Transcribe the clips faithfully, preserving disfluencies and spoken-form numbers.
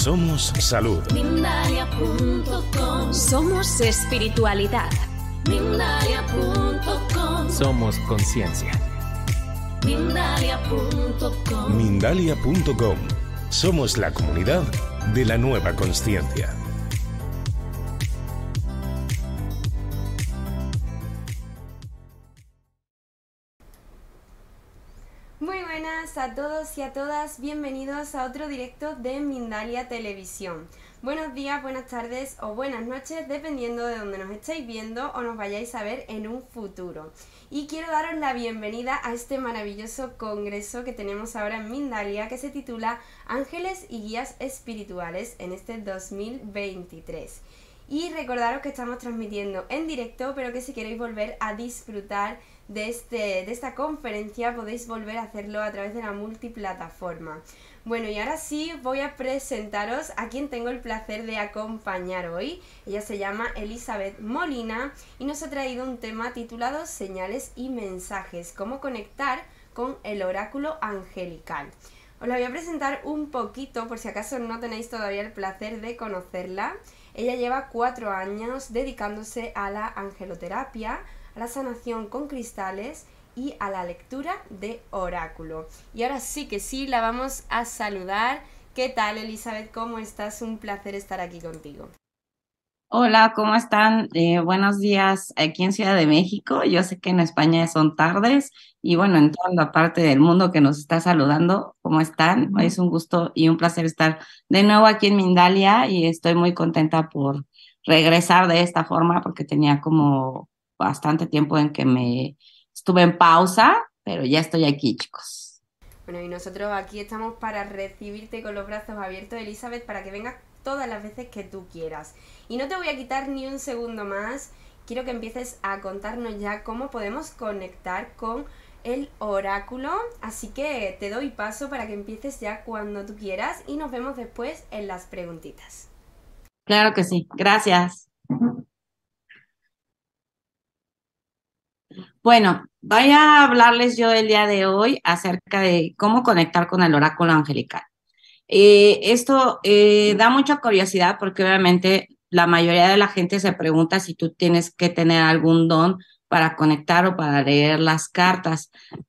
Somos salud. Mindalia punto com. Somos espiritualidad. Mindalia punto com. Somos conciencia. Mindalia punto com. Mindalia punto com. Somos la comunidad de la nueva consciencia. Muy buenas a todos y a todas, bienvenidos a otro directo de Mindalia Televisión. Buenos días, buenas tardes o buenas noches, dependiendo de donde nos estéis viendo o nos vayáis a ver en un futuro. Y quiero daros la bienvenida a este maravilloso congreso que tenemos ahora en Mindalia, que se titula Ángeles y Guías Espirituales en este dos mil veintitrés. Y recordaros que estamos transmitiendo en directo, pero que si queréis volver a disfrutar de, este, de esta conferencia podéis volver a hacerlo a través de la multiplataforma. Bueno, y ahora sí voy a presentaros a quien tengo el placer de acompañar hoy. Ella se llama Elizabeth Molina y nos ha traído un tema titulado Señales y mensajes, cómo conectar con el oráculo angelical. Os la voy a presentar un poquito por si acaso no tenéis todavía el placer de conocerla. Ella lleva cuatro años dedicándose a la angeloterapia, a la sanación con cristales y a la lectura de oráculo. Y ahora sí que sí, la vamos a saludar. ¿Qué tal, Elizabeth? ¿Cómo estás? Un placer estar aquí contigo. Hola, ¿cómo están? Eh, buenos días aquí en Ciudad de México. Yo sé que en España son tardes y bueno, en toda la parte del mundo que nos está saludando, ¿cómo están? Es un gusto y un placer estar de nuevo aquí en Mindalia y estoy muy contenta por regresar de esta forma porque tenía como bastante tiempo en que me estuve en pausa, pero ya estoy aquí, chicos. Bueno, y nosotros aquí estamos para recibirte con los brazos abiertos, Elizabeth, para que vengas todas las veces que tú quieras. Y no te voy a quitar ni un segundo más. Quiero que empieces a contarnos ya cómo podemos conectar con el oráculo. Así que te doy paso para que empieces ya cuando tú quieras y nos vemos después en las preguntitas. Claro que sí, gracias. Bueno, voy a hablarles yo el día de hoy acerca de cómo conectar con el oráculo angelical. Eh, esto eh, da mucha curiosidad porque obviamente la mayoría de la gente se pregunta si tú tienes que tener algún don para conectar o para leer las cartas.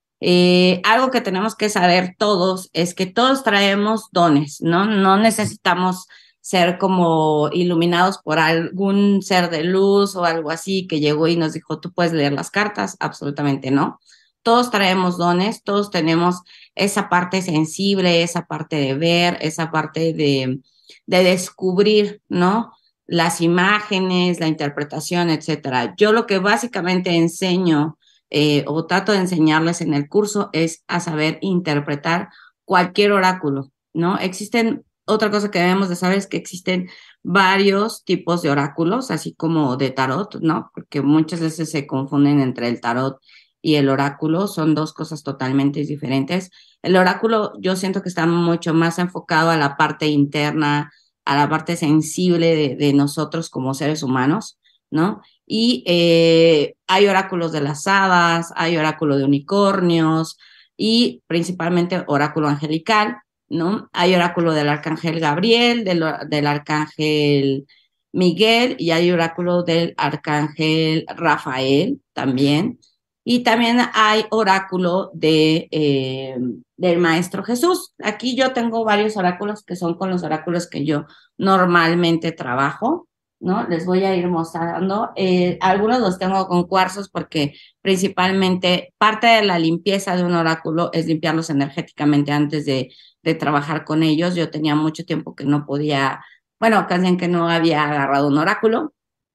Eh, algo que tenemos que saber todos es que todos traemos dones, ¿no? No necesitamos ser como iluminados por algún ser de luz o algo así que llegó y nos dijo, tú puedes leer las cartas. Absolutamente no. Todos traemos dones, todos tenemos esa parte sensible, esa parte de ver, esa parte de, de descubrir, ¿no? Las imágenes, la interpretación, etcétera. Yo lo que básicamente enseño eh, o trato de enseñarles en el curso es a saber interpretar cualquier oráculo, ¿no? Existen, otra cosa que debemos de saber es que existen varios tipos de oráculos, así como de tarot, ¿no? Porque muchas veces se confunden entre el tarot y el oráculo, son dos cosas totalmente diferentes. El oráculo yo siento que está mucho más enfocado a la parte interna, a la parte sensible de, de nosotros como seres humanos, ¿no? Y eh, hay oráculos de las hadas, hay oráculo de unicornios y principalmente oráculo angelical, ¿no? Hay oráculo del arcángel Gabriel, del, del arcángel Miguel y hay oráculo del arcángel Rafael también. Y también hay oráculo de, eh, del Maestro Jesús. Aquí yo tengo varios oráculos que son con los oráculos que yo normalmente trabajo, ¿no? Les voy a ir mostrando. Eh, algunos los tengo con cuarzos porque principalmente parte de la limpieza de un oráculo es limpiarlos energéticamente antes de, de trabajar con ellos. Yo tenía mucho tiempo que no podía, bueno, casi en que no había agarrado un oráculo.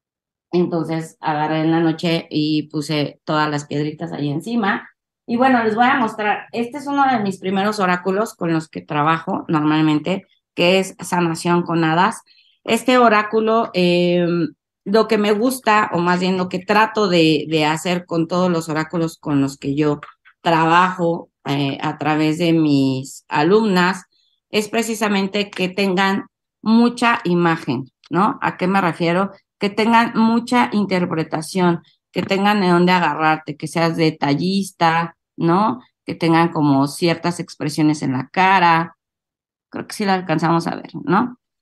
Entonces agarré en la noche y puse todas las piedritas ahí encima. Y bueno, les voy a mostrar. Este es uno de mis primeros oráculos con los que trabajo normalmente, que es sanación con hadas. Este oráculo, eh, lo que me gusta, o más bien lo que trato de, de hacer con todos los oráculos con los que yo trabajo eh, a través de mis alumnas, es precisamente que tengan mucha imagen, ¿no? ¿A qué me refiero? Que tengan mucha interpretación, que tengan de dónde agarrarte, que seas detallista, ¿no? Que tengan como ciertas expresiones en la cara. Creo que sí la alcanzamos a ver, ¿no?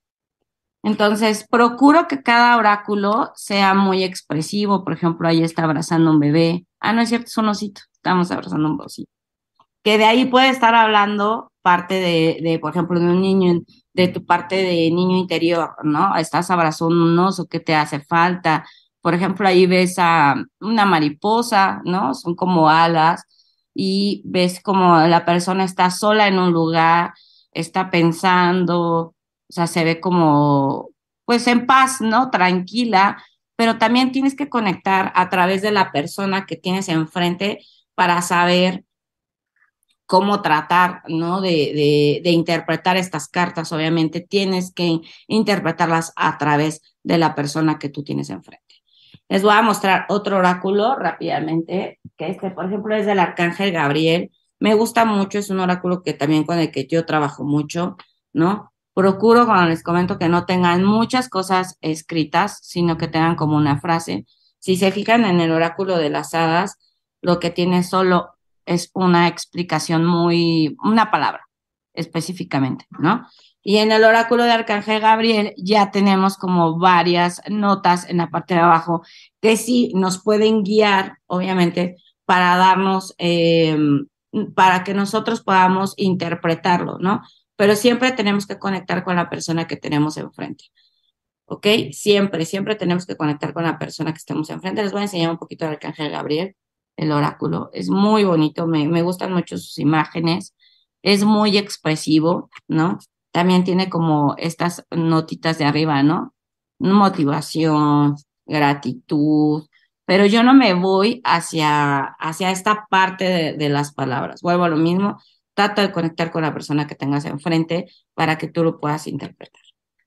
Entonces, procuro que cada oráculo sea muy expresivo. Por ejemplo, ahí está abrazando un bebé. Ah, no es cierto, es un osito. Estamos abrazando un osito. Que de ahí puede estar hablando parte de, de, por ejemplo, de un niño, de tu parte de niño interior, ¿no? Estás abrazando un oso, ¿qué te hace falta? Por ejemplo, ahí ves a una mariposa, ¿no? Son como alas y ves como la persona está sola en un lugar, está pensando, o sea, se ve como, pues en paz, ¿no? Tranquila, pero también tienes que conectar a través de la persona que tienes enfrente para saber cómo tratar, ¿no? De, de, de interpretar estas cartas. Obviamente tienes que interpretarlas a través de la persona que tú tienes enfrente. Les voy a mostrar otro oráculo rápidamente, que este, por ejemplo, es del Arcángel Gabriel. Me gusta mucho, es un oráculo que también con el que yo trabajo mucho, ¿no? Procuro, cuando les comento, que no tengan muchas cosas escritas, sino que tengan como una frase. Si se fijan en el oráculo de las hadas, lo que tiene solo es una explicación muy, una palabra específicamente, ¿no? Y en el oráculo de Arcángel Gabriel ya tenemos como varias notas en la parte de abajo que sí nos pueden guiar, obviamente, para darnos, eh, para que nosotros podamos interpretarlo, ¿no? Pero siempre tenemos que conectar con la persona que tenemos enfrente, ¿ok? Siempre, siempre tenemos que conectar con la persona que estamos enfrente. Les voy a enseñar un poquito de Arcángel Gabriel, el oráculo. Es muy bonito, me, me gustan mucho sus imágenes, es muy expresivo, ¿no? También tiene como estas notitas de arriba, ¿no? Motivación, gratitud, pero yo no me voy hacia, hacia esta parte de, de las palabras. Vuelvo a lo mismo, trata de conectar con la persona que tengas enfrente para que tú lo puedas interpretar.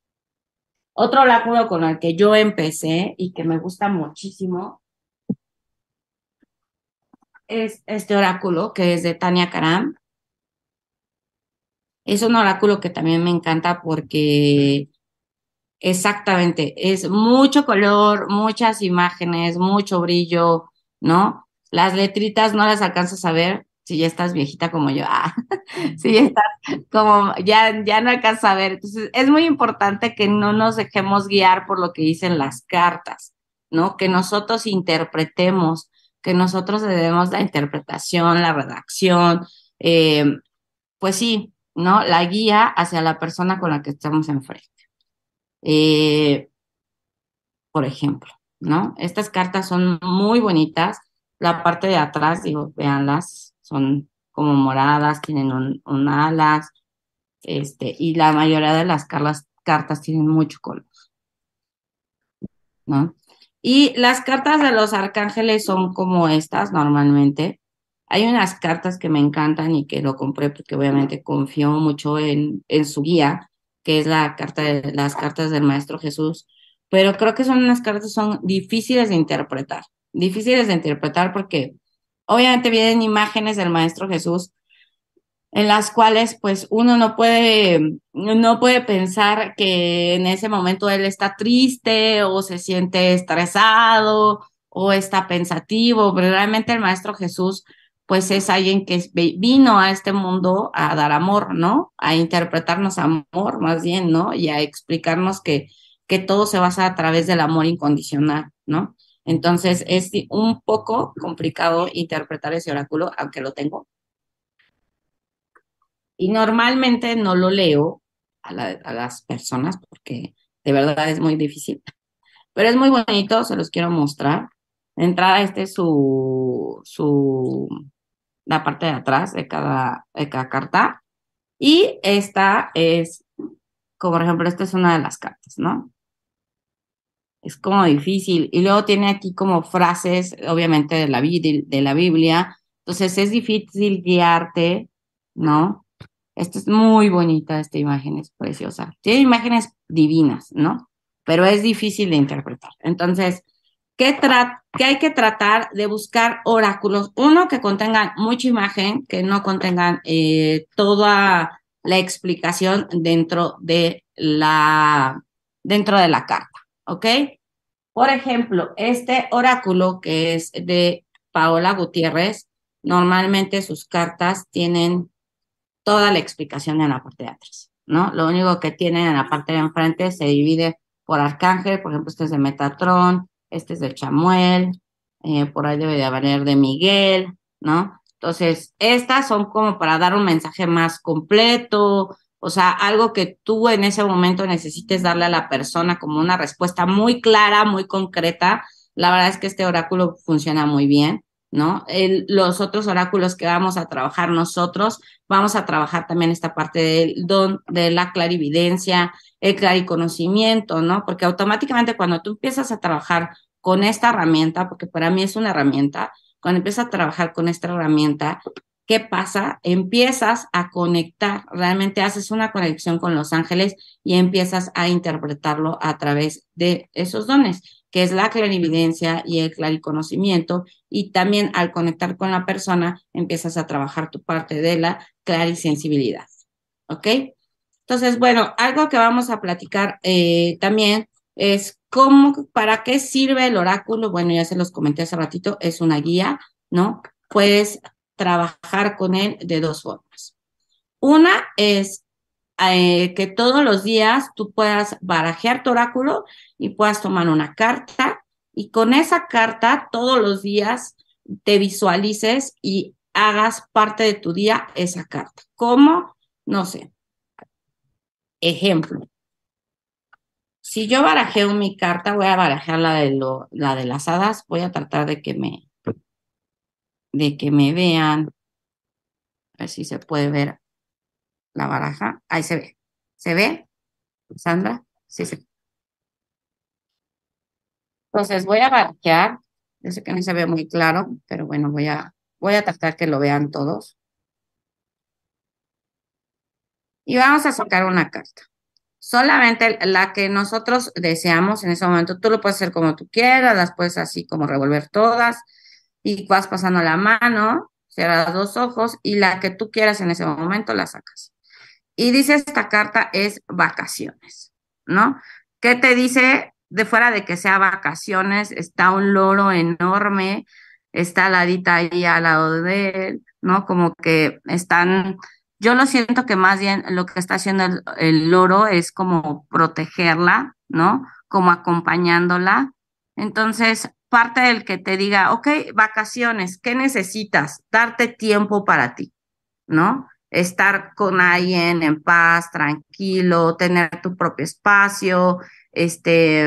Otro oráculo con el que yo empecé y que me gusta muchísimo es este oráculo que es de Tania Karam. Es un oráculo que también me encanta porque exactamente es mucho color, muchas imágenes, mucho brillo, ¿no? Las letritas no las alcanzas a ver si ya estás viejita como yo. Ah, si ya estás como ya, ya no alcanzas a ver. Entonces, es muy importante que no nos dejemos guiar por lo que dicen las cartas, ¿no? Que nosotros interpretemos, que nosotros le demos la interpretación, la redacción, eh, pues sí, ¿no? La guía hacia la persona con la que estamos enfrente. Eh, por ejemplo, ¿no? Estas cartas son muy bonitas. La parte de atrás, digo, véanlas, son como moradas, tienen un, un alas, este, y la mayoría de las carlas, cartas tienen mucho color, ¿no? Y las cartas de los arcángeles son como estas normalmente. Hay unas cartas que me encantan y que lo compré porque obviamente confío mucho en, en su guía, que es la carta de las cartas del Maestro Jesús, pero creo que son unas cartas que son difíciles de interpretar, difíciles de interpretar porque obviamente vienen imágenes del Maestro Jesús en las cuales pues uno no puede, no puede pensar que en ese momento él está triste o se siente estresado o está pensativo, pero realmente el Maestro Jesús pues es alguien que vino a este mundo a dar amor, ¿no? A interpretarnos amor más bien, ¿no? Y a explicarnos que, que todo se basa a través del amor incondicional, ¿no? Entonces es un poco complicado interpretar ese oráculo, aunque lo tengo. Y normalmente no lo leo a, la, a las personas porque de verdad es muy difícil. Pero es muy bonito, se los quiero mostrar. De entrada, este es su, su, la parte de atrás de cada, de cada carta. Y esta es, como por ejemplo, esta es una de las cartas, ¿no? Es como difícil. Y luego tiene aquí como frases, obviamente, de la, de la Biblia. Entonces es difícil guiarte, ¿no? Esta es muy bonita, esta imagen es preciosa. Tiene imágenes divinas, ¿no? Pero es difícil de interpretar. Entonces, ¿qué, tra ¿qué hay que tratar de buscar oráculos? Uno, que contengan mucha imagen, que no contengan eh, toda la explicación dentro de la, dentro de la carta, ¿ok? Por ejemplo, este oráculo que es de Paola Gutiérrez, normalmente sus cartas tienen toda la explicación en la parte de atrás, ¿no? Lo único que tienen en la parte de enfrente se divide por arcángel, por ejemplo, este es de Metatrón, este es de Chamuel, eh, por ahí debe de haber de Miguel, ¿no? Entonces, estas son como para dar un mensaje más completo, o sea, algo que tú en ese momento necesites darle a la persona como una respuesta muy clara, muy concreta. La verdad es que este oráculo funciona muy bien, ¿no? El, los otros oráculos que vamos a trabajar nosotros, vamos a trabajar también esta parte del don, de la clarividencia, el clariconocimiento, ¿no? Porque automáticamente cuando tú empiezas a trabajar con esta herramienta, porque para mí es una herramienta, cuando empiezas a trabajar con esta herramienta, ¿qué pasa? Empiezas a conectar, realmente haces una conexión con los ángeles y empiezas a interpretarlo a través de esos dones, que es la clarividencia y el clariconocimiento, y también al conectar con la persona empiezas a trabajar tu parte de la clarisensibilidad, ¿ok? Entonces, bueno, algo que vamos a platicar eh, también es cómo, para qué sirve el oráculo. Bueno, ya se los comenté hace ratito, es una guía, ¿no? Puedes trabajar con él de dos formas. Una es eh, que todos los días tú puedas barajear tu oráculo y puedas tomar una carta y con esa carta todos los días te visualices y hagas parte de tu día esa carta. ¿Cómo? No sé. Ejemplo. Si yo barajeo mi carta, voy a barajear la de, lo, la de las hadas, voy a tratar de que me, de que me vean, a ver si se puede ver la baraja. Ahí se ve. ¿Se ve, Sandra? Sí, se ve. Entonces voy a barajear. Yo sé que no se ve muy claro, pero bueno, voy a, voy a tratar que lo vean todos. Y vamos a sacar una carta. Solamente la que nosotros deseamos en ese momento. Tú lo puedes hacer como tú quieras, las puedes así como revolver todas y vas pasando la mano, cierras los ojos y la que tú quieras en ese momento la sacas. Y dice esta carta es vacaciones, ¿no? ¿Qué te dice? De fuera de que sea vacaciones, está un loro enorme, está la Hadita ahí al lado de él, ¿no? Como que están, yo lo siento que más bien lo que está haciendo el, el loro es como protegerla, ¿no? Como acompañándola. Entonces, parte del que te diga, ok, vacaciones, ¿qué necesitas? Darte tiempo para ti, ¿no? Estar con alguien en paz, tranquilo, tener tu propio espacio, este,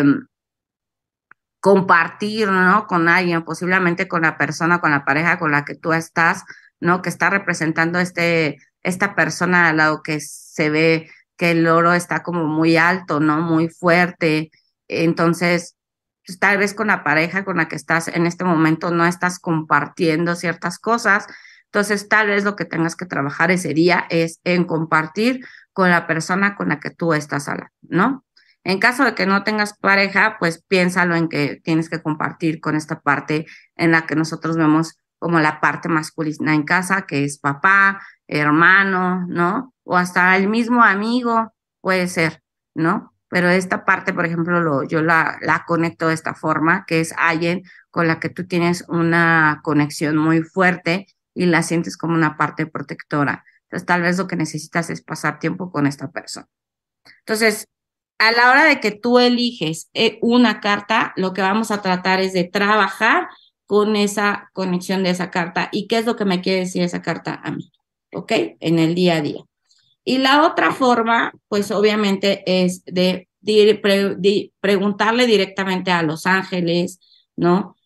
compartir, ¿no? Con alguien, posiblemente con la persona, con la pareja con la que tú estás, ¿no? Que está representando este, esta persona al lado que se ve que el oro está como muy alto, ¿no? Muy fuerte. Entonces, pues, tal vez con la pareja con la que estás en este momento no estás compartiendo ciertas cosas. Entonces, tal vez lo que tengas que trabajar ese día es en compartir con la persona con la que tú estás hablando, ¿no? En caso de que no tengas pareja, pues piénsalo en que tienes que compartir con esta parte en la que nosotros vemos como la parte masculina en casa, que es papá, hermano, ¿no? O hasta el mismo amigo puede ser, ¿no? Pero esta parte, por ejemplo, lo, yo la, la conecto de esta forma, que es alguien con la que tú tienes una conexión muy fuerte y la sientes como una parte protectora. Entonces, tal vez lo que necesitas es pasar tiempo con esta persona. Entonces, a la hora de que tú eliges eh, una carta, lo que vamos a tratar es de trabajar con esa conexión de esa carta. ¿Y qué es lo que me quiere decir esa carta a mí? ¿Ok? En el día a día. Y la otra forma, pues obviamente es de, de, pre, de preguntarle directamente a los ángeles, ¿no?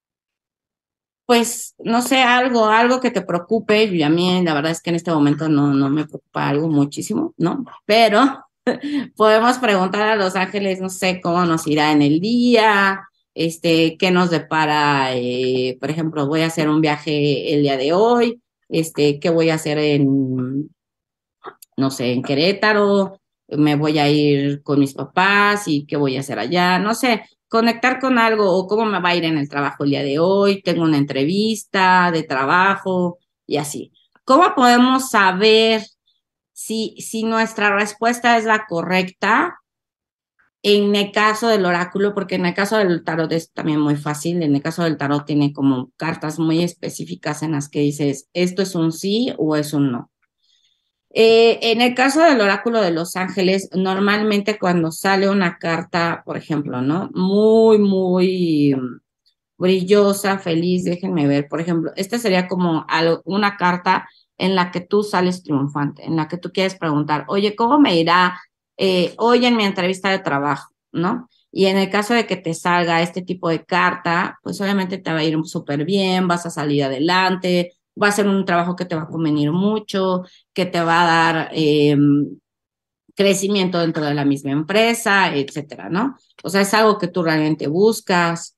Pues, no sé, algo, algo que te preocupe. Y a mí, la verdad es que en este momento no, no me preocupa algo muchísimo, ¿no? Pero podemos preguntar a los ángeles, no sé, cómo nos irá en el día, este, qué nos depara, eh, por ejemplo, voy a hacer un viaje el día de hoy, este, qué voy a hacer en, no sé, en Querétaro, me voy a ir con mis papás y qué voy a hacer allá, no sé, conectar con algo o cómo me va a ir en el trabajo el día de hoy, tengo una entrevista de trabajo y así. ¿Cómo podemos saber si, si nuestra respuesta es la correcta en el caso del oráculo? Porque en el caso del tarot es también muy fácil. En el caso del tarot tiene como cartas muy específicas en las que dices, esto es un sí o es un no. Eh, en el caso del oráculo de Los Ángeles, normalmente cuando sale una carta, por ejemplo, ¿no? Muy, muy brillosa, feliz, déjenme ver, por ejemplo, esta sería como algo, una carta en la que tú sales triunfante, en la que tú quieres preguntar, oye, ¿cómo me irá eh, hoy en mi entrevista de trabajo? ¿No? Y en el caso de que te salga este tipo de carta, pues obviamente te va a ir súper bien, vas a salir adelante, va a ser un trabajo que te va a convenir mucho, que te va a dar eh, crecimiento dentro de la misma empresa, etcétera, ¿no? O sea, es algo que tú realmente buscas.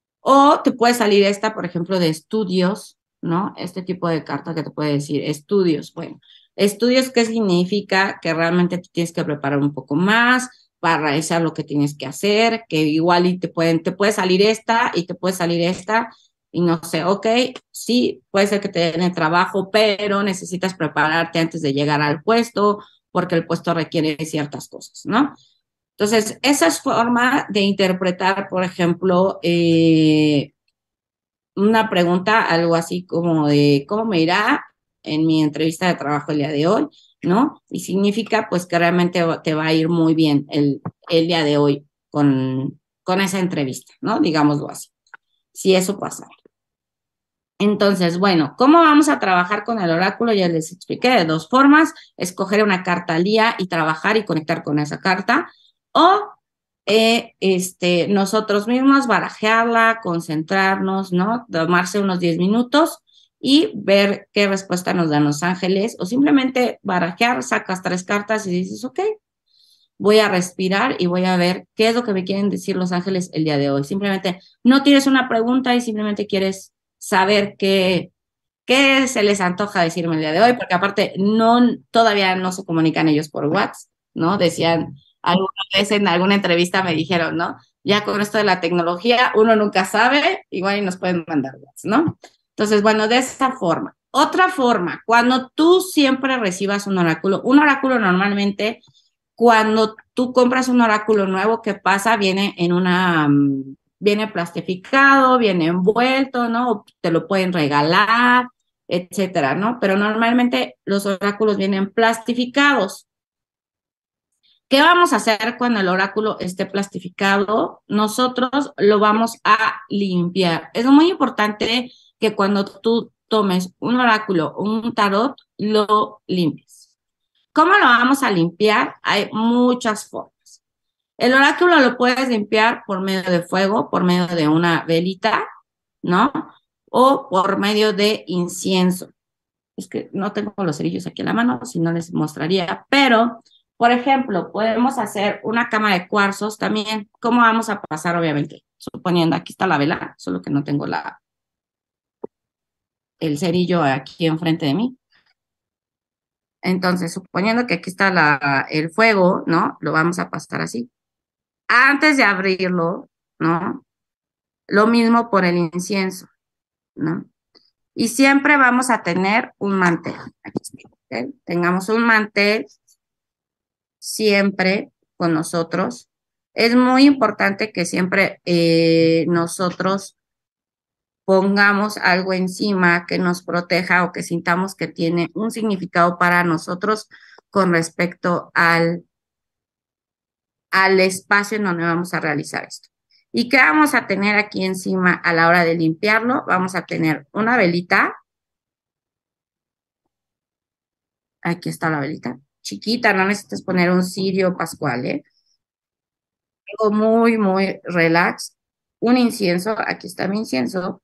O te puede salir esta, por ejemplo, de estudios, ¿no? Este tipo de carta que te puede decir estudios. Bueno, estudios, ¿qué significa? Que realmente tú tienes que preparar un poco más para realizar lo que tienes que hacer, que igual y te pueden, te puede salir esta y te puede salir esta, y no sé, ok, sí, puede ser que te den el trabajo, pero necesitas prepararte antes de llegar al puesto, porque el puesto requiere ciertas cosas, ¿no? Entonces, esa es forma de interpretar, por ejemplo, eh, una pregunta, algo así como de cómo me irá en mi entrevista de trabajo el día de hoy, ¿no? Y significa pues que realmente te va a ir muy bien el, el día de hoy con, con esa entrevista, ¿no? Digámoslo así, si eso pasa. Entonces, bueno, ¿cómo vamos a trabajar con el oráculo? Ya les expliqué de dos formas, escoger una carta al día y trabajar y conectar con esa carta, o eh, este, nosotros mismos barajearla, concentrarnos, ¿no? Tomarse unos diez minutos y ver qué respuesta nos dan los ángeles, o simplemente barajear, sacas tres cartas y dices, ok, voy a respirar y voy a ver qué es lo que me quieren decir los ángeles el día de hoy. Simplemente no tienes una pregunta y simplemente quieres saber qué, qué se les antoja decirme el día de hoy, porque aparte no, todavía no se comunican ellos por WhatsApp, ¿no? Decían, alguna vez en alguna entrevista me dijeron, ¿no? Ya con esto de la tecnología, uno nunca sabe, igual y nos pueden mandar WhatsApp, ¿no? Entonces, bueno, de esa forma. Otra forma, cuando tú siempre recibas un oráculo, un oráculo normalmente, cuando tú compras un oráculo nuevo, ¿qué pasa? Viene en una, um, viene plastificado, viene envuelto, ¿no? Te lo pueden regalar, etcétera, ¿no? Pero normalmente los oráculos vienen plastificados. ¿Qué vamos a hacer cuando el oráculo esté plastificado? Nosotros lo vamos a limpiar. Es muy importante que cuando tú tomes un oráculo o un tarot, lo limpies. ¿Cómo lo vamos a limpiar? Hay muchas formas. El oráculo lo puedes limpiar por medio de fuego, por medio de una velita, ¿no? O por medio de incienso. Es que no tengo los cerillos aquí en la mano, si no les mostraría, pero, por ejemplo, podemos hacer una cama de cuarzos también. ¿Cómo vamos a pasar, obviamente? Suponiendo, aquí está la vela, solo que no tengo la, el cerillo aquí enfrente de mí. Entonces, suponiendo que aquí está la, el fuego, ¿no? Lo vamos a pasar así. Antes de abrirlo, ¿no? Lo mismo por el incienso, ¿no? Y siempre vamos a tener un mantel. Aquí está, ¿okay? Tengamos un mantel siempre con nosotros. Es muy importante que siempre eh, nosotros pongamos algo encima que nos proteja o que sintamos que tiene un significado para nosotros con respecto al, al espacio en donde vamos a realizar esto. ¿Y qué vamos a tener aquí encima a la hora de limpiarlo? Vamos a tener una velita. Aquí está la velita. Chiquita, no necesitas poner un cirio pascual, ¿eh? Algo muy, muy relax. Un incienso, aquí está mi incienso.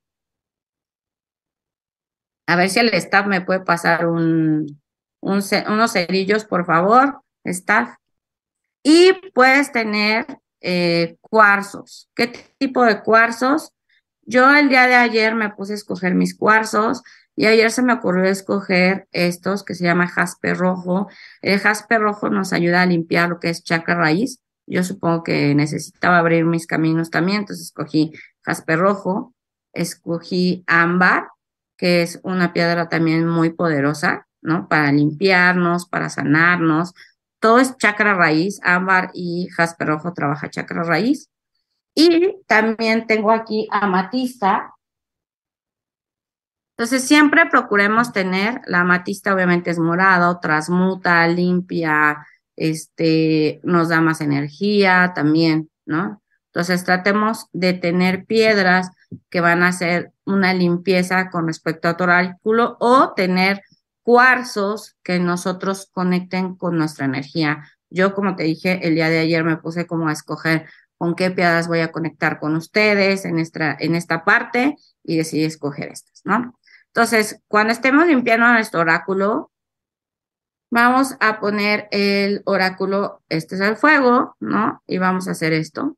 A ver si el staff me puede pasar un, un, unos cerillos, por favor, staff. Y puedes tener eh, cuarzos. ¿Qué tipo de cuarzos? Yo el día de ayer me puse a escoger mis cuarzos y ayer se me ocurrió escoger estos que se llama jaspe rojo. El jaspe rojo nos ayuda a limpiar lo que es chakra raíz. Yo supongo que necesitaba abrir mis caminos también, entonces escogí jaspe rojo, escogí ámbar, que es una piedra también muy poderosa, ¿no? Para limpiarnos, para sanarnos. Todo es chakra raíz, ámbar y jaspe rojo trabaja chakra raíz. Y también tengo aquí amatista, Entonces, siempre procuremos tener, la amatista obviamente es morado, transmuta, limpia, este, nos da más energía también, ¿no? Entonces, tratemos de tener piedras que van a hacer una limpieza con respecto a tu oráculo o tener cuarzos que nosotros conecten con nuestra energía. Yo, como te dije, el día de ayer me puse como a escoger con qué piedras voy a conectar con ustedes en esta, en esta parte y decidí escoger estas, ¿no? Entonces, cuando estemos limpiando nuestro oráculo, vamos a poner el oráculo, este es el fuego, ¿no? Y vamos a hacer esto.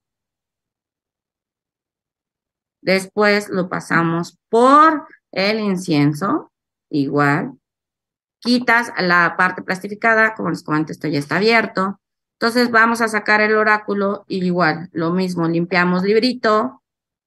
Después lo pasamos por el incienso, igual. Quitas la parte plastificada, como les comenté, esto ya está abierto. Entonces vamos a sacar el oráculo y igual, lo mismo, limpiamos librito,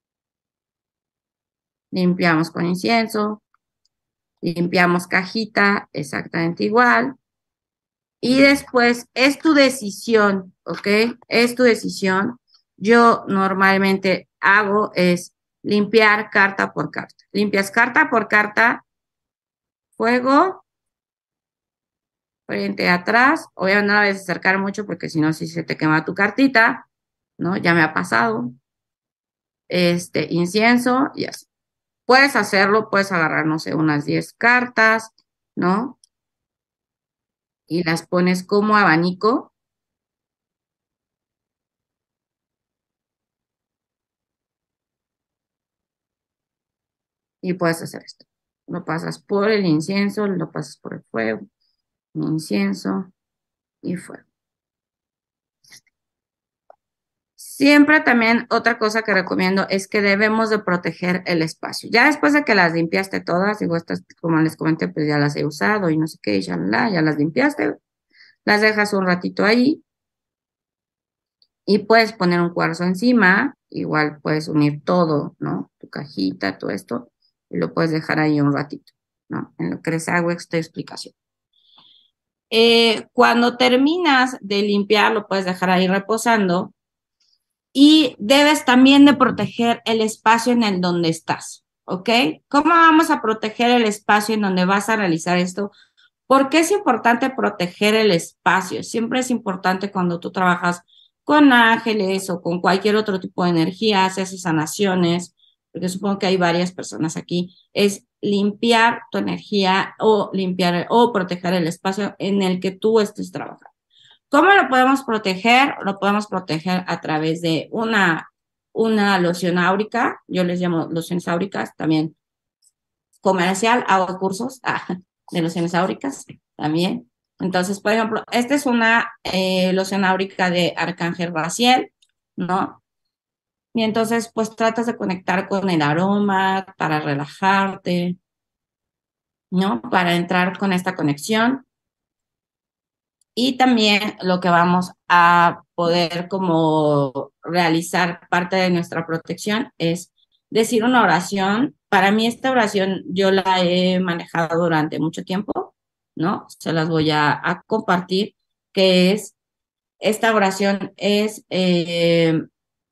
limpiamos con incienso, limpiamos cajita, exactamente igual. Y después es tu decisión, ¿ok? Es tu decisión. Yo normalmente hago es limpiar carta por carta. Limpias carta por carta, fuego, frente, atrás. Obviamente no la vayas a acercar mucho porque si no, si se te quema tu cartita, ¿no? Ya me ha pasado. Este, incienso y así. Puedes hacerlo, puedes agarrar, no sé, unas diez cartas, ¿no? Y las pones como abanico. Y puedes hacer esto. Lo pasas por el incienso, lo pasas por el fuego, incienso y fuego. Siempre también otra cosa que recomiendo es que debemos de proteger el espacio. Ya después de que las limpiaste todas, digo, estas como les comenté, pues ya las he usado y no sé qué, ya, la, ya las limpiaste, las dejas un ratito ahí y puedes poner un cuarzo encima, igual puedes unir todo, ¿no? Tu cajita, todo esto, y lo puedes dejar ahí un ratito, ¿no? En lo que les hago esta explicación. Eh, cuando terminas de limpiar, lo puedes dejar ahí reposando y debes también de proteger el espacio en el donde estás, ¿ok? ¿Cómo vamos a proteger el espacio en donde vas a realizar esto? ¿Por qué es importante proteger el espacio? Siempre es importante cuando tú trabajas con ángeles o con cualquier otro tipo de energía, haces sanaciones, porque supongo que hay varias personas aquí, es limpiar tu energía o limpiar o proteger el espacio en el que tú estés trabajando. ¿Cómo lo podemos proteger? Lo podemos proteger a través de una, una loción áurica, yo les llamo lociones áuricas, también comercial, hago cursos ah, de lociones áuricas también. Entonces, por ejemplo, esta es una eh, loción áurica de Arcángel Raziel, ¿no? Y entonces, pues tratas de conectar con el aroma para relajarte, ¿no? Para entrar con esta conexión. Y también lo que vamos a poder como realizar parte de nuestra protección es decir una oración. Para mí esta oración yo la he manejado durante mucho tiempo, ¿no? Se las voy a, a compartir, que es, esta oración es... Eh,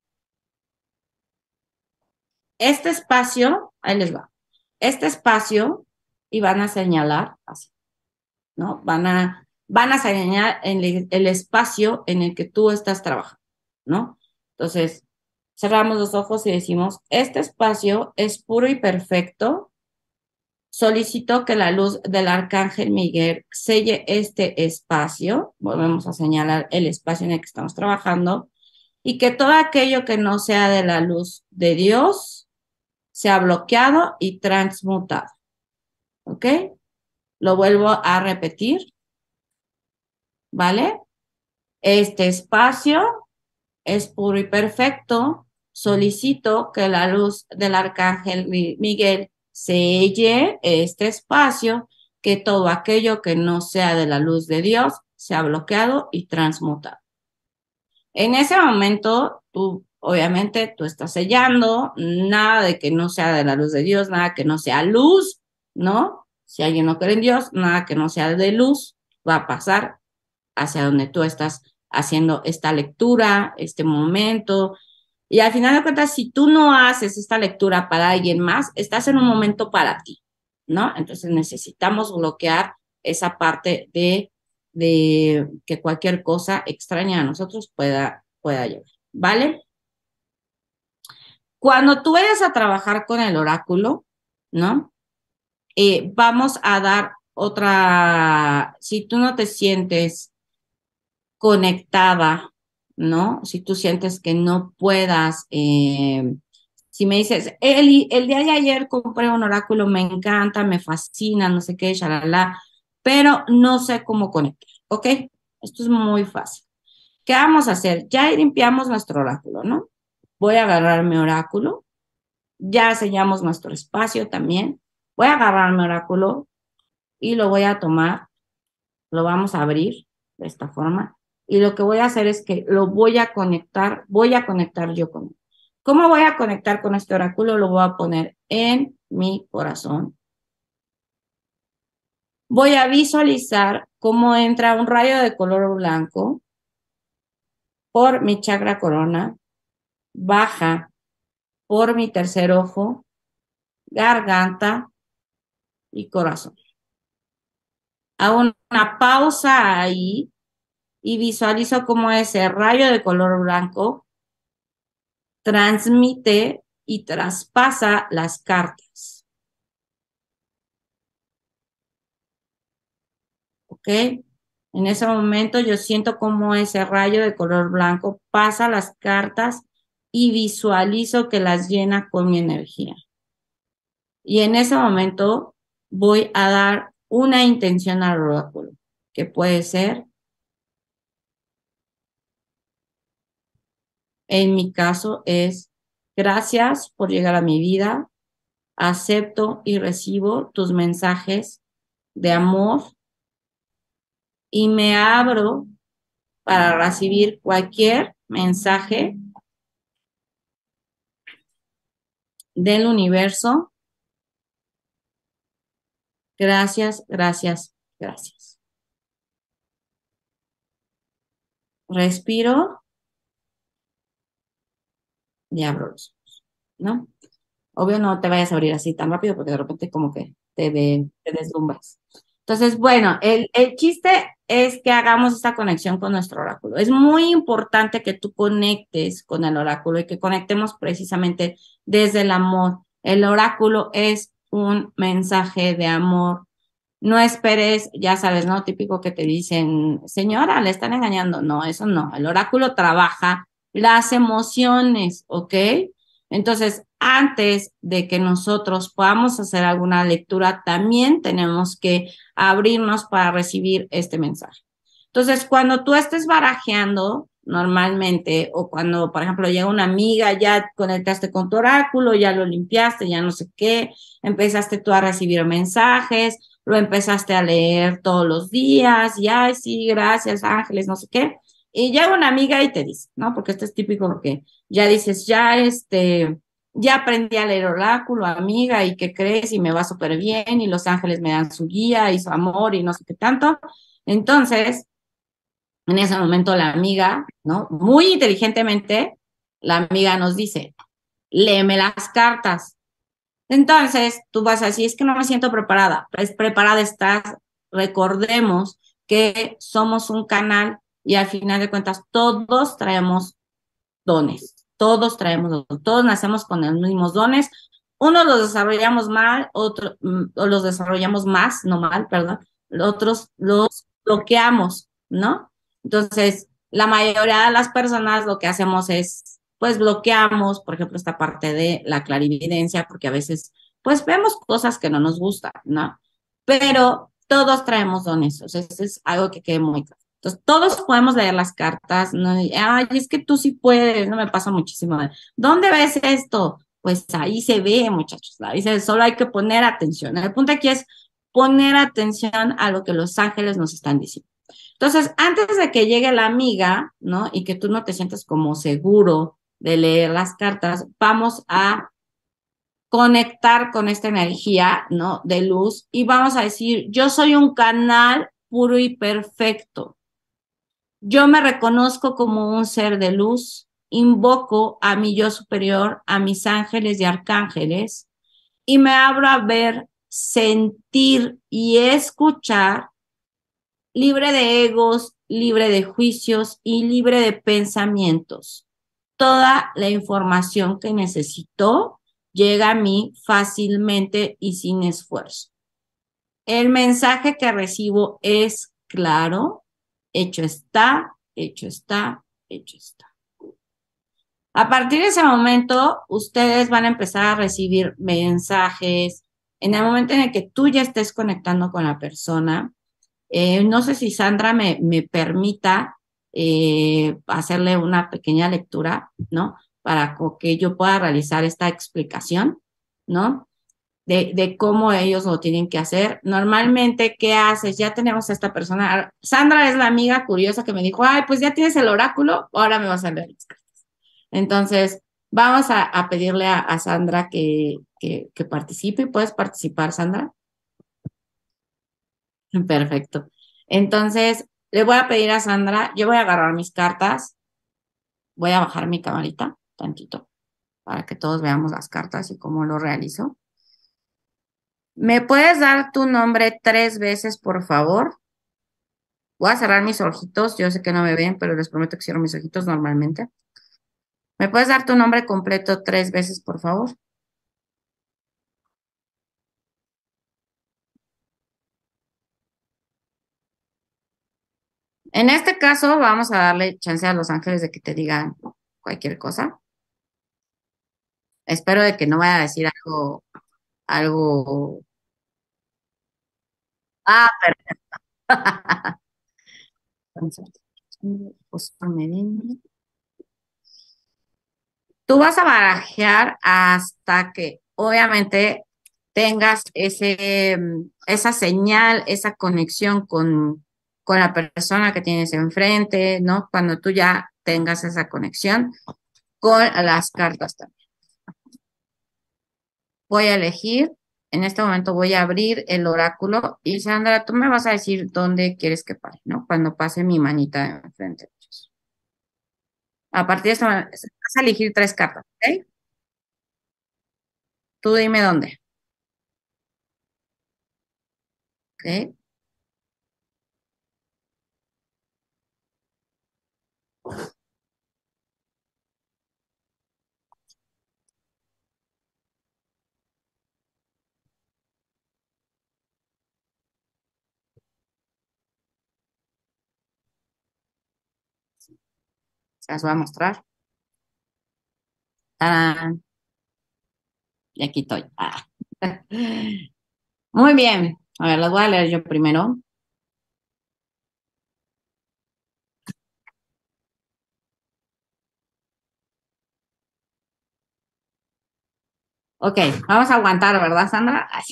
Este espacio, ahí les va, este espacio, y van a señalar así, ¿no? Van a, van a señalar el, el espacio en el que tú estás trabajando, ¿no? Entonces, cerramos los ojos y decimos, este espacio es puro y perfecto. Solicito que la luz del Arcángel Miguel selle este espacio. Volvemos a señalar el espacio en el que estamos trabajando. Y que todo aquello que no sea de la luz de Dios sea bloqueado y transmutado. ¿Ok? Lo vuelvo a repetir. ¿Vale? Este espacio es puro y perfecto. Solicito que la luz del Arcángel Miguel selle este espacio, que todo aquello que no sea de la luz de Dios sea bloqueado y transmutado. En ese momento, tú obviamente tú estás sellando, nada de que no sea de la luz de Dios, nada que no sea luz, ¿no? Si alguien no cree en Dios, nada que no sea de luz va a pasar hacia donde tú estás haciendo esta lectura, este momento. Y al final de cuentas, si tú no haces esta lectura para alguien más, estás en un momento para ti, ¿no? Entonces necesitamos bloquear esa parte de, de que cualquier cosa extraña a nosotros pueda, pueda llegar, ¿vale? Cuando tú vayas a trabajar con el oráculo, ¿no? Eh, vamos a dar otra, si tú no te sientes conectada, ¿no? Si tú sientes que no puedas, eh, si me dices, Eli, el día de ayer compré un oráculo, me encanta, me fascina, no sé qué, shalala, pero no sé cómo conectar, ¿ok? Esto es muy fácil. ¿Qué vamos a hacer? Ya limpiamos nuestro oráculo, ¿no? Voy a agarrar mi oráculo, ya sellamos nuestro espacio también, voy a agarrar mi oráculo y lo voy a tomar, lo vamos a abrir de esta forma. Y lo que voy a hacer es que lo voy a conectar, voy a conectar yo con él. ¿Cómo voy a conectar con este oráculo? Lo voy a poner en mi corazón. Voy a visualizar cómo entra un rayo de color blanco por mi chakra corona, baja por mi tercer ojo, garganta y corazón. Hago una pausa ahí y visualizo cómo ese rayo de color blanco transmite y traspasa las cartas. ¿Ok? En ese momento yo siento cómo ese rayo de color blanco pasa las cartas y visualizo que las llena con mi energía. Y en ese momento voy a dar una intención al oráculo, que puede ser, en mi caso es, gracias por llegar a mi vida, acepto y recibo tus mensajes de amor y me abro para recibir cualquier mensaje del universo. Gracias, gracias, gracias. Respiro y abro los ojos, ¿no? Obvio no te vayas a abrir así tan rápido porque de repente como que te, de, te deslumbras. Entonces, bueno, el, el chiste es que hagamos esta conexión con nuestro oráculo. Es muy importante que tú conectes con el oráculo y que conectemos precisamente desde el amor. El oráculo es un mensaje de amor. No esperes, ya sabes, ¿no? Típico que te dicen, señora, le están engañando. No, eso no. El oráculo trabaja las emociones, ¿ok? Entonces, antes de que nosotros podamos hacer alguna lectura, también tenemos que abrirnos para recibir este mensaje. Entonces, cuando tú estés barajeando normalmente, o cuando, por ejemplo, llega una amiga, ya conectaste con tu oráculo, ya lo limpiaste, ya no sé qué, empezaste tú a recibir mensajes, lo empezaste a leer todos los días, y ay, sí, gracias, ángeles, no sé qué, y llega una amiga y te dice, ¿no? Porque esto es típico que ya dices, ya este, ya aprendí a leer oráculo, amiga, y qué crees, y me va súper bien, y los ángeles me dan su guía y su amor y no sé qué tanto. Entonces, en ese momento la amiga, ¿no? Muy inteligentemente, la amiga nos dice, léeme las cartas. Entonces, tú vas así, es que no me siento preparada. Pues preparada estás. Recordemos que somos un canal y al final de cuentas todos traemos dones. Todos traemos dones. Todos nacemos con los mismos dones. Unos los desarrollamos mal, otros los desarrollamos más, no mal, perdón. Otros los bloqueamos, ¿no? Entonces, la mayoría de las personas lo que hacemos es, pues bloqueamos, por ejemplo, esta parte de la clarividencia, porque a veces, pues vemos cosas que no nos gustan, ¿no? Pero todos traemos dones, o sea, eso es algo que quede muy claro. Entonces, todos podemos leer las cartas, ¿no? Ay, es que tú sí puedes, no me pasa muchísimo. ¿Dónde ves esto? Pues ahí se ve, muchachos, ahí se, solo hay que poner atención. El punto aquí es poner atención a lo que los ángeles nos están diciendo. Entonces, antes de que llegue la amiga, ¿no? Y que tú no te sientas como seguro de leer las cartas, vamos a conectar con esta energía, ¿no? De luz y vamos a decir, yo soy un canal puro y perfecto. Yo me reconozco como un ser de luz, invoco a mi yo superior, a mis ángeles y arcángeles y me abro a ver sentir y escuchar, libre de egos, libre de juicios y libre de pensamientos. Toda la información que necesito llega a mí fácilmente y sin esfuerzo. El mensaje que recibo es claro, hecho está, hecho está, hecho está. A partir de ese momento, ustedes van a empezar a recibir mensajes. En el momento en el que tú ya estés conectando con la persona, eh, no sé si Sandra me, me permita eh, hacerle una pequeña lectura, ¿no? Para que yo pueda realizar esta explicación, ¿no? De, de cómo ellos lo tienen que hacer. Normalmente, ¿qué haces? Ya tenemos a esta persona. Sandra es la amiga curiosa que me dijo, ay, pues ya tienes el oráculo, ahora me vas a leer las cartas. Entonces, vamos a, a pedirle a, a Sandra que, que, que participe. ¿Puedes participar, Sandra? Perfecto. Entonces, le voy a pedir a Sandra, yo voy a agarrar mis cartas, voy a bajar mi camarita tantito para que todos veamos las cartas y cómo lo realizo. ¿Me puedes dar tu nombre tres veces, por favor? Voy a cerrar mis ojitos, yo sé que no me ven, pero les prometo que cierro mis ojitos normalmente. ¿Me puedes dar tu nombre completo tres veces, por favor? En este caso, vamos a darle chance a los ángeles de que te digan cualquier cosa. Espero de que no vaya a decir algo, algo. Ah, perfecto. Entonces, José Medina. Tú vas a barajear hasta que, obviamente, tengas ese, mm, esa señal, esa conexión con, con la persona que tienes enfrente, ¿no? Cuando tú ya tengas esa conexión con las cartas también. Voy a elegir, en este momento voy a abrir el oráculo y Sandra, tú me vas a decir dónde quieres que pare, ¿no? Cuando pase mi manita enfrente. A partir de este momento, vas a elegir tres cartas, ¿ok? Tú dime dónde, ¿ok? Se las voy a mostrar. ¡Tarán! Y aquí estoy. Ah. Muy bien. A ver, las voy a leer yo primero. Ok, vamos a aguantar, ¿verdad, Sandra? Ay.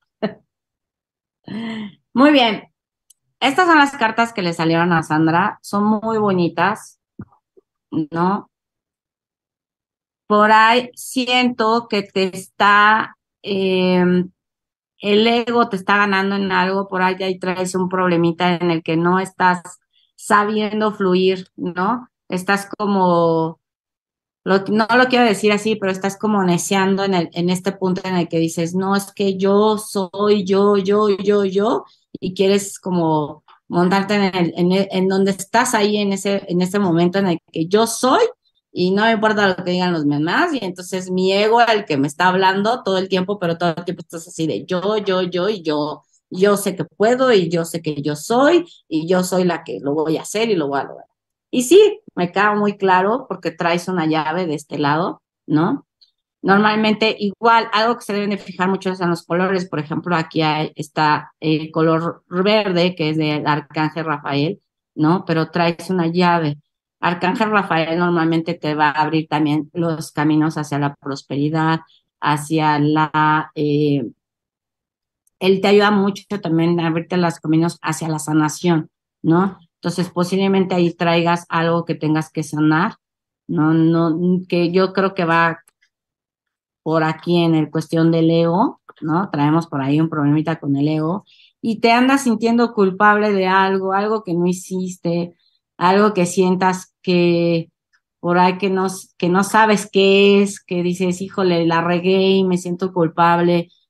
Muy bien. Estas son las cartas que le salieron a Sandra. Son muy bonitas, ¿no? Por ahí siento que te está, eh, el ego te está ganando en algo, por ahí ahí traes un problemita en el que no estás sabiendo fluir, ¿no? Estás como, lo, no lo quiero decir así, pero estás como neceando en el, en este punto en el que dices, no, es que yo soy yo, yo, yo, yo, y quieres como montarte en el, en, el- en donde estás ahí en ese, en ese momento en el que yo soy, y no me importa lo que digan los demás, y entonces mi ego es el que me está hablando todo el tiempo, pero todo el tiempo estás así de yo, yo, yo, y yo, yo sé que puedo, y yo sé que yo soy, y yo soy la que lo voy a hacer y lo voy a lograr. Y sí, me queda muy claro porque traes una llave de este lado, ¿no? Normalmente igual, algo que se deben de fijar mucho es en los colores. Por ejemplo, aquí hay, está el color verde, que es del Arcángel Rafael, ¿no? Pero traes una llave. Arcángel Rafael normalmente te va a abrir también los caminos hacia la prosperidad, hacia la... eh, él te ayuda mucho también a abrirte los caminos hacia la sanación, ¿no? Entonces, posiblemente ahí traigas algo que tengas que sanar, no, no, que yo creo que va por aquí en el cuestión del ego, ¿no? Traemos por ahí un problemita con el ego y te andas sintiendo culpable de algo, algo que no hiciste, algo que sientas que por ahí que no, que no sabes qué es, que dices, híjole, la regué y me siento culpable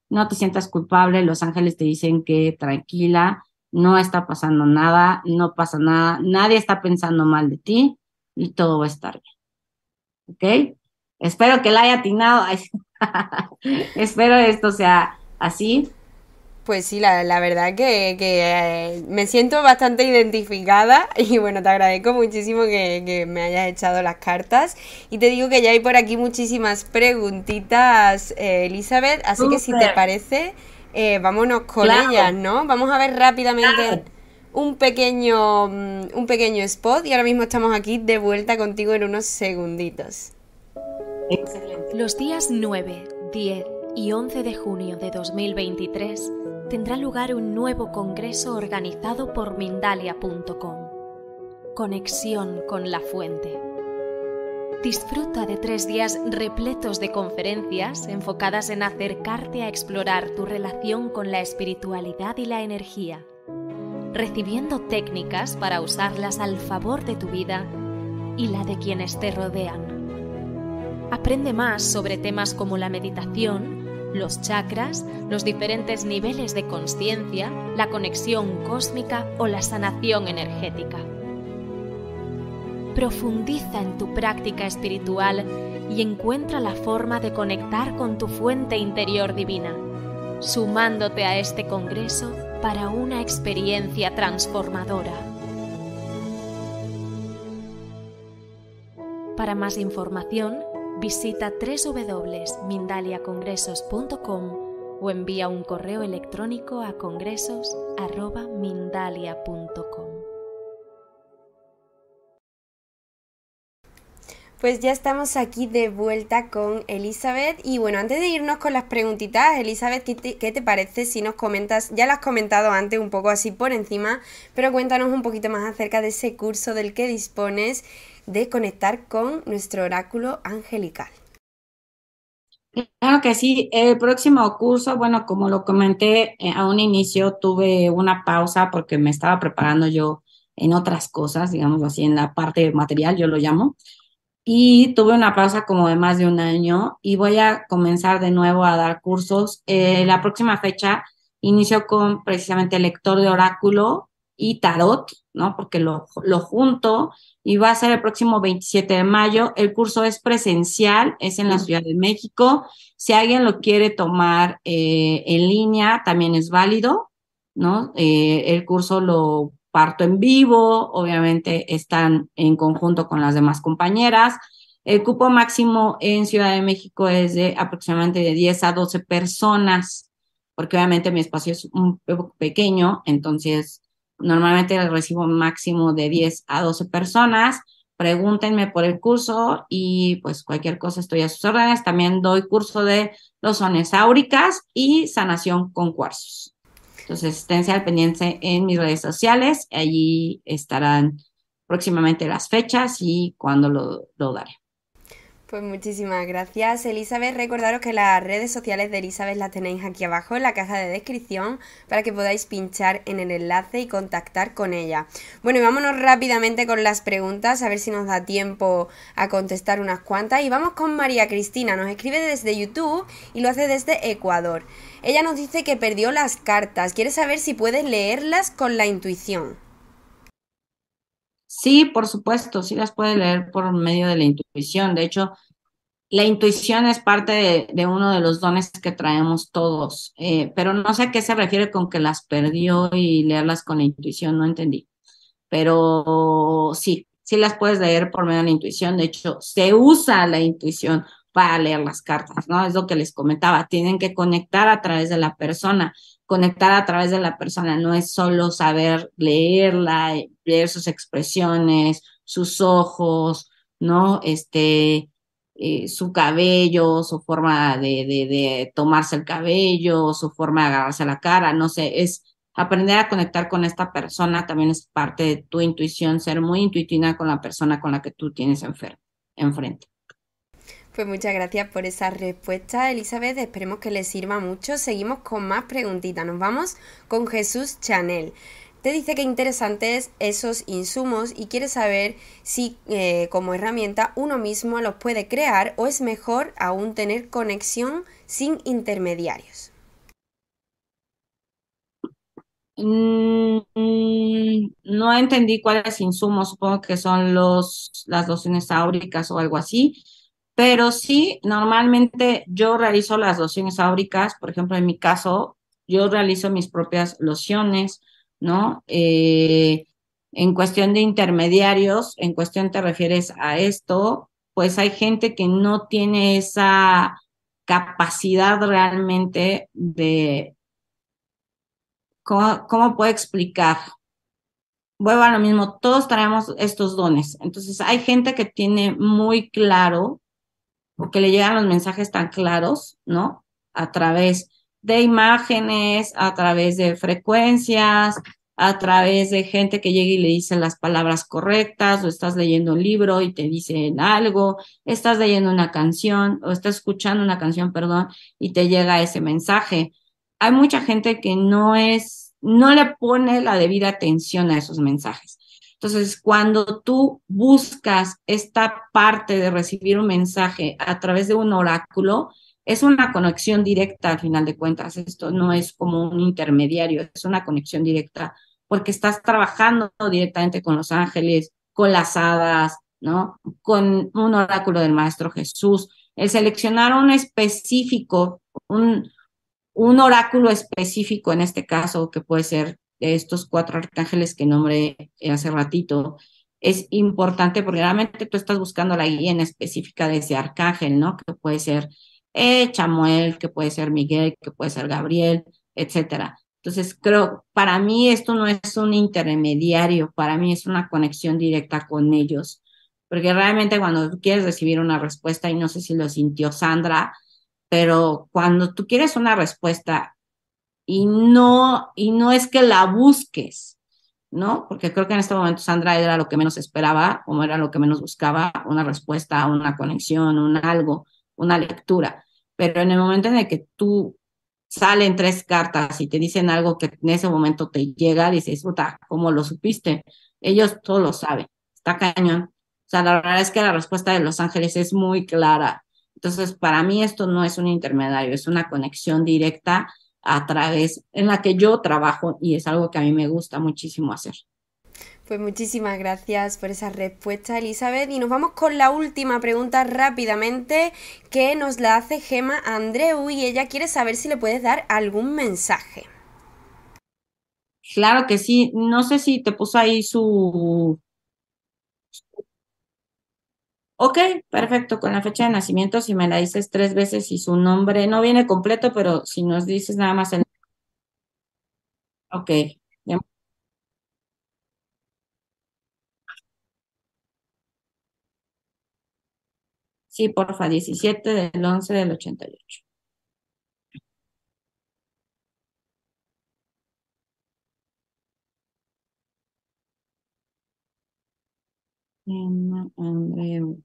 no te sientas culpable, los ángeles te dicen que tranquila, no está pasando nada, no pasa nada, nadie está pensando mal de ti y todo va a estar bien, ¿ok? Espero que la haya atinado, ay, espero esto sea así. Pues sí, la, la verdad que, que eh, me siento bastante identificada y bueno, te agradezco muchísimo que, que me hayas echado las cartas y te digo que ya hay por aquí muchísimas preguntitas, eh, Elizabeth, así Súper. que si te parece, eh, vámonos con Claro. ellas, ¿no? Vamos a ver rápidamente Claro. un pequeño, mm, un pequeño spot y ahora mismo estamos aquí de vuelta contigo en unos segunditos. Excelente. Los días nueve, diez y once de junio de dos mil veintitrés tendrá lugar un nuevo congreso organizado por Mindalia punto com. Conexión con la fuente. Disfruta de tres días repletos de conferencias enfocadas en acercarte a explorar tu relación con la espiritualidad y la energía, recibiendo técnicas para usarlas al favor de tu vida y la de quienes te rodean. Aprende más sobre temas como la meditación, los chakras, los diferentes niveles de consciencia, la conexión cósmica o la sanación energética. Profundiza en tu práctica espiritual y encuentra la forma de conectar con tu fuente interior divina, sumándote a este congreso para una experiencia transformadora. Para más información, visita doble u doble u doble u punto mindalia congresos punto com o envía un correo electrónico a congresos arroba mindalia punto com. Pues ya estamos aquí de vuelta con Elizabeth y bueno, antes de irnos con las preguntitas, Elizabeth, ¿qué te, qué te parece si nos comentas? Ya lo has comentado antes un poco así por encima, pero cuéntanos un poquito más acerca de ese curso del que dispones de conectar con nuestro oráculo angelical. Claro que sí, el próximo curso, bueno, como lo comenté eh, a un inicio, tuve una pausa porque me estaba preparando yo en otras cosas, digamos así, en la parte material, yo lo llamo, y tuve una pausa como de más de un año y voy a comenzar de nuevo a dar cursos. Eh, la próxima fecha inicio con precisamente lector de oráculo y tarot, ¿no? Porque lo, lo junto y va a ser el próximo veintisiete de mayo. El curso es presencial, es en la Ciudad de México. Si alguien lo quiere tomar eh, en línea, también es válido, ¿no? Eh, el curso lo parto en vivo, obviamente están en conjunto con las demás compañeras. El cupo máximo en Ciudad de México es de aproximadamente de diez a doce personas, porque obviamente mi espacio es un poco pequeño, entonces normalmente recibo un máximo de diez a doce personas. Pregúntenme por el curso y pues cualquier cosa estoy a sus órdenes. También doy curso de lozones áuricas y sanación con cuarzos. Entonces, esténse al pendiente en mis redes sociales, allí estarán próximamente las fechas y cuándo lo, lo daré. Pues muchísimas gracias, Elizabeth. Recordaros que las redes sociales de Elizabeth las tenéis aquí abajo en la caja de descripción para que podáis pinchar en el enlace y contactar con ella. Bueno, y vámonos rápidamente con las preguntas, a ver si nos da tiempo a contestar unas cuantas. Y vamos con María Cristina, nos escribe desde YouTube y lo hace desde Ecuador. Ella nos dice que perdió las cartas, quiere saber si puedes leerlas con la intuición. Sí, por supuesto, sí las puede leer por medio de la intuición. De hecho, la intuición es parte de, de uno de los dones que traemos todos, eh, pero no sé a qué se refiere con que las perdió y leerlas con la intuición, no entendí. Pero sí, sí las puedes leer por medio de la intuición. De hecho, se usa la intuición para leer las cartas, ¿no? Es lo que les comentaba, tienen que conectar a través de la persona. Conectar a través de la persona no es solo saber leerla, leer sus expresiones, sus ojos, ¿no? Este, eh, su cabello, su forma de, de, de tomarse el cabello, su forma de agarrarse la cara, no sé, es aprender a conectar con esta persona también es parte de tu intuición, ser muy intuitiva con la persona con la que tú tienes enfer- enfrente. Pues muchas gracias por esa respuesta, Elizabeth. Esperemos que les sirva mucho. Seguimos con más preguntitas. Nos vamos con Jesús Chanel. Te dice que interesantes esos insumos y quiere saber si eh, como herramienta uno mismo los puede crear o es mejor aún tener conexión sin intermediarios. Mm, mm, no entendí cuáles insumos, supongo que son los, las lociones áuricas o algo así, pero sí, normalmente yo realizo las lociones áuricas, por ejemplo, en mi caso, yo realizo mis propias lociones, ¿no? Eh, en cuestión de intermediarios, en cuestión te refieres a esto, pues hay gente que no tiene esa capacidad realmente de, ¿cómo, cómo puedo explicar? Vuelvo a lo mismo, todos traemos estos dones. Entonces, hay gente que tiene muy claro o que le llegan los mensajes tan claros, ¿no? A través de imágenes, a través de frecuencias, a través de gente que llega y le dice las palabras correctas, o estás leyendo un libro y te dicen algo, estás leyendo una canción, o estás escuchando una canción, perdón, y te llega ese mensaje. Hay mucha gente que no es, no le pone la debida atención a esos mensajes. Entonces, cuando tú buscas esta parte de recibir un mensaje a través de un oráculo, es una conexión directa al final de cuentas. Esto no es como un intermediario, es una conexión directa porque estás trabajando directamente con los ángeles, con las hadas, ¿no? Con un oráculo del Maestro Jesús. El seleccionar un específico, un, un oráculo específico en este caso, que puede ser de estos cuatro arcángeles que nombré hace ratito, es importante porque realmente tú estás buscando la guía en específica de ese arcángel, ¿no? Que puede ser eh, Chamuel, que puede ser Miguel, que puede ser Gabriel, etcétera. Entonces, creo, para mí esto no es un intermediario, para mí es una conexión directa con ellos, porque realmente cuando tú quieres recibir una respuesta, y no sé si lo sintió Sandra, pero cuando tú quieres una respuesta y no, y no es que la busques, ¿no? Porque creo que en este momento Sandra era lo que menos esperaba, como era lo que menos buscaba, una respuesta, una conexión, un algo, una lectura. Pero en el momento en el que tú salen tres cartas y te dicen algo que en ese momento te llega, dices, puta, ¿cómo lo supiste? Ellos todo lo saben, está cañón. O sea, la verdad es que la respuesta de Los Ángeles es muy clara. Entonces, para mí esto no es un intermediario, es una conexión directa a través en la que yo trabajo y es algo que a mí me gusta muchísimo hacer. Pues muchísimas gracias por esa respuesta, Elizabeth. Y nos vamos con la última pregunta rápidamente, que nos la hace Gema Andreu, y ella quiere saber si le puedes dar algún mensaje. Claro que sí. No sé si te puso ahí su... Ok, perfecto. Con la fecha de nacimiento, si me la dices tres veces y su nombre no viene completo, pero si nos dices nada más el... Ok. Ya- Sí, porfa, diecisiete del once del ochenta y ocho. Emma Andreu.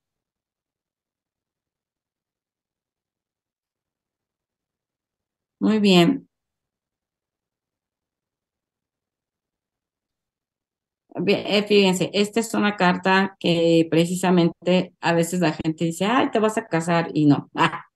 Muy bien. Bien, eh, fíjense, esta es una carta que precisamente a veces la gente dice, ay, te vas a casar y no.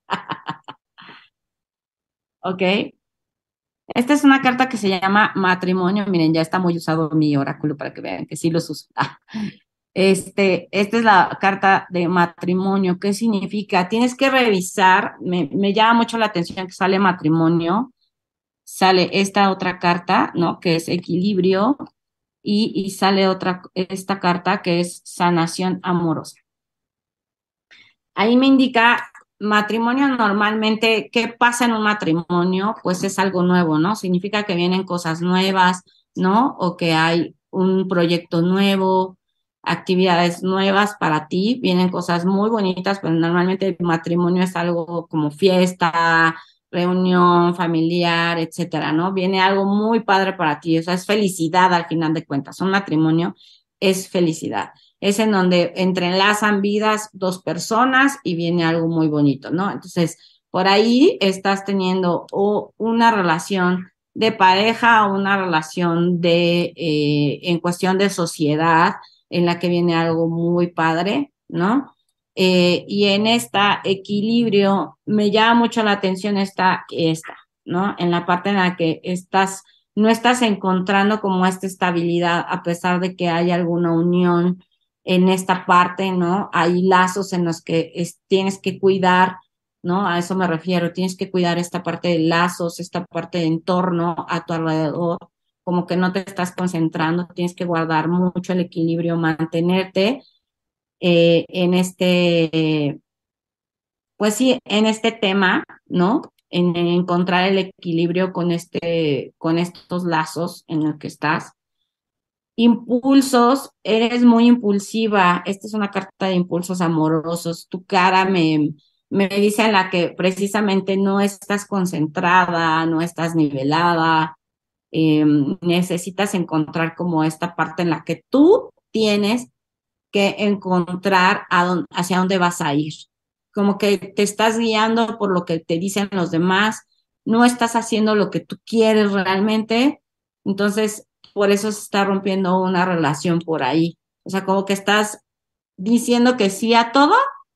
Ok. Esta es una carta que se llama matrimonio. Miren, ya está muy usado mi oráculo para que vean que sí los uso. Ah, Este, esta es la carta de matrimonio. ¿Qué significa? Tienes que revisar, me, me llama mucho la atención que sale matrimonio, sale esta otra carta, ¿no? Que es equilibrio, y, y sale otra, esta carta que es sanación amorosa. Ahí me indica matrimonio normalmente, ¿qué pasa en un matrimonio? Pues es algo nuevo, ¿no? Significa que vienen cosas nuevas, ¿no? O que hay un proyecto nuevo, actividades nuevas para ti, vienen cosas muy bonitas, pero normalmente el matrimonio es algo como fiesta, reunión familiar, etcétera, ¿no? Viene algo muy padre para ti, o sea, es felicidad al final de cuentas. Un matrimonio es felicidad, es en donde entrelazan vidas dos personas y viene algo muy bonito, ¿no? Entonces, por ahí estás teniendo o una relación de pareja o una relación de, eh, en cuestión de sociedad, en la que viene algo muy padre, ¿no? Eh, y en esta equilibrio me llama mucho la atención esta, esta, ¿no? En la parte en la que estás no estás encontrando como esta estabilidad a pesar de que hay alguna unión en esta parte, ¿no? Hay lazos en los que es, tienes que cuidar, ¿no? A eso me refiero, tienes que cuidar esta parte de lazos, esta parte de entorno a tu alrededor, como que no te estás concentrando, tienes que guardar mucho el equilibrio, mantenerte eh, en este, eh, pues sí, en este tema, ¿no? En, en encontrar el equilibrio con este, con estos lazos en los que estás. Impulsos, eres muy impulsiva. Esta es una carta de impulsos amorosos. Tu cara me, me dice en la que precisamente no estás concentrada, no estás nivelada. Eh, necesitas encontrar como esta parte en la que tú tienes que encontrar a dónde, hacia dónde vas a ir. Como que te estás guiando por lo que te dicen los demás, no estás haciendo lo que tú quieres realmente. Entonces, por eso se está rompiendo una relación por ahí. O sea, como que estás diciendo que sí a todo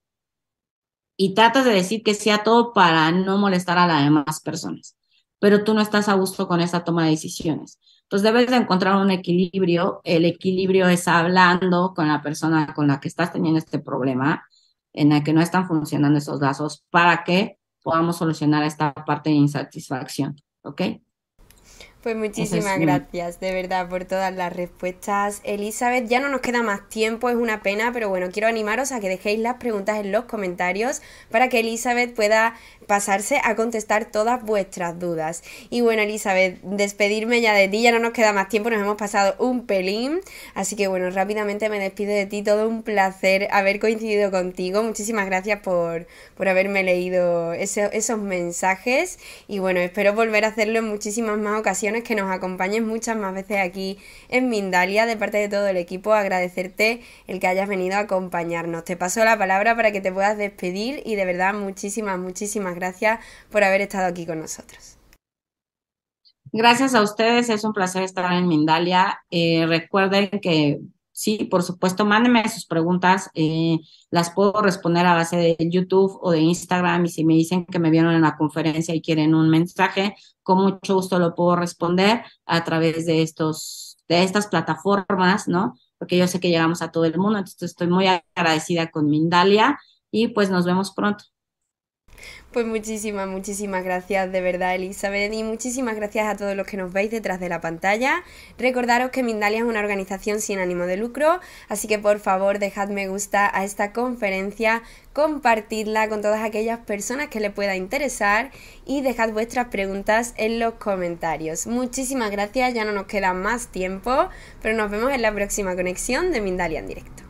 y tratas de decir que sí a todo para no molestar a las demás personas, pero tú no estás a gusto con esa toma de decisiones. Entonces debes de encontrar un equilibrio. El equilibrio es hablando con la persona con la que estás teniendo este problema, en la que no están funcionando esos lazos, para que podamos solucionar esta parte de insatisfacción, ¿ok? Pues muchísimas gracias, de verdad, por todas las respuestas, Elizabeth. Ya no nos queda más tiempo, es una pena, pero bueno, quiero animaros a que dejéis las preguntas en los comentarios para que Elizabeth pueda pasarse a contestar todas vuestras dudas. Y bueno, Elizabeth, despedirme ya de ti, ya no nos queda más tiempo, nos hemos pasado un pelín, así que bueno, rápidamente me despido de ti. Todo un placer haber coincidido contigo, muchísimas gracias por, por haberme leído ese, esos mensajes, y bueno, espero volver a hacerlo en muchísimas más ocasiones, que nos acompañes muchas más veces aquí en Mindalia. De parte de todo el equipo, agradecerte el que hayas venido a acompañarnos. Te paso la palabra para que te puedas despedir, y de verdad muchísimas, muchísimas gracias por haber estado aquí con nosotros. Gracias a ustedes, es un placer estar en Mindalia. Eh, recuerden que sí, por supuesto, mándenme sus preguntas, eh, las puedo responder a base de YouTube o de Instagram, y si me dicen que me vieron en la conferencia y quieren un mensaje, con mucho gusto lo puedo responder a través de estos, de estas plataformas, ¿no? Porque yo sé que llegamos a todo el mundo, entonces estoy muy agradecida con Mindalia, y pues nos vemos pronto. Pues muchísimas, muchísimas gracias de verdad, Elizabeth, y muchísimas gracias a todos los que nos veis detrás de la pantalla. Recordaros que Mindalia es una organización sin ánimo de lucro, así que por favor dejad me gusta a esta conferencia, compartidla con todas aquellas personas que le pueda interesar y dejad vuestras preguntas en los comentarios. Muchísimas gracias, ya no nos queda más tiempo, pero nos vemos en la próxima conexión de Mindalia en directo.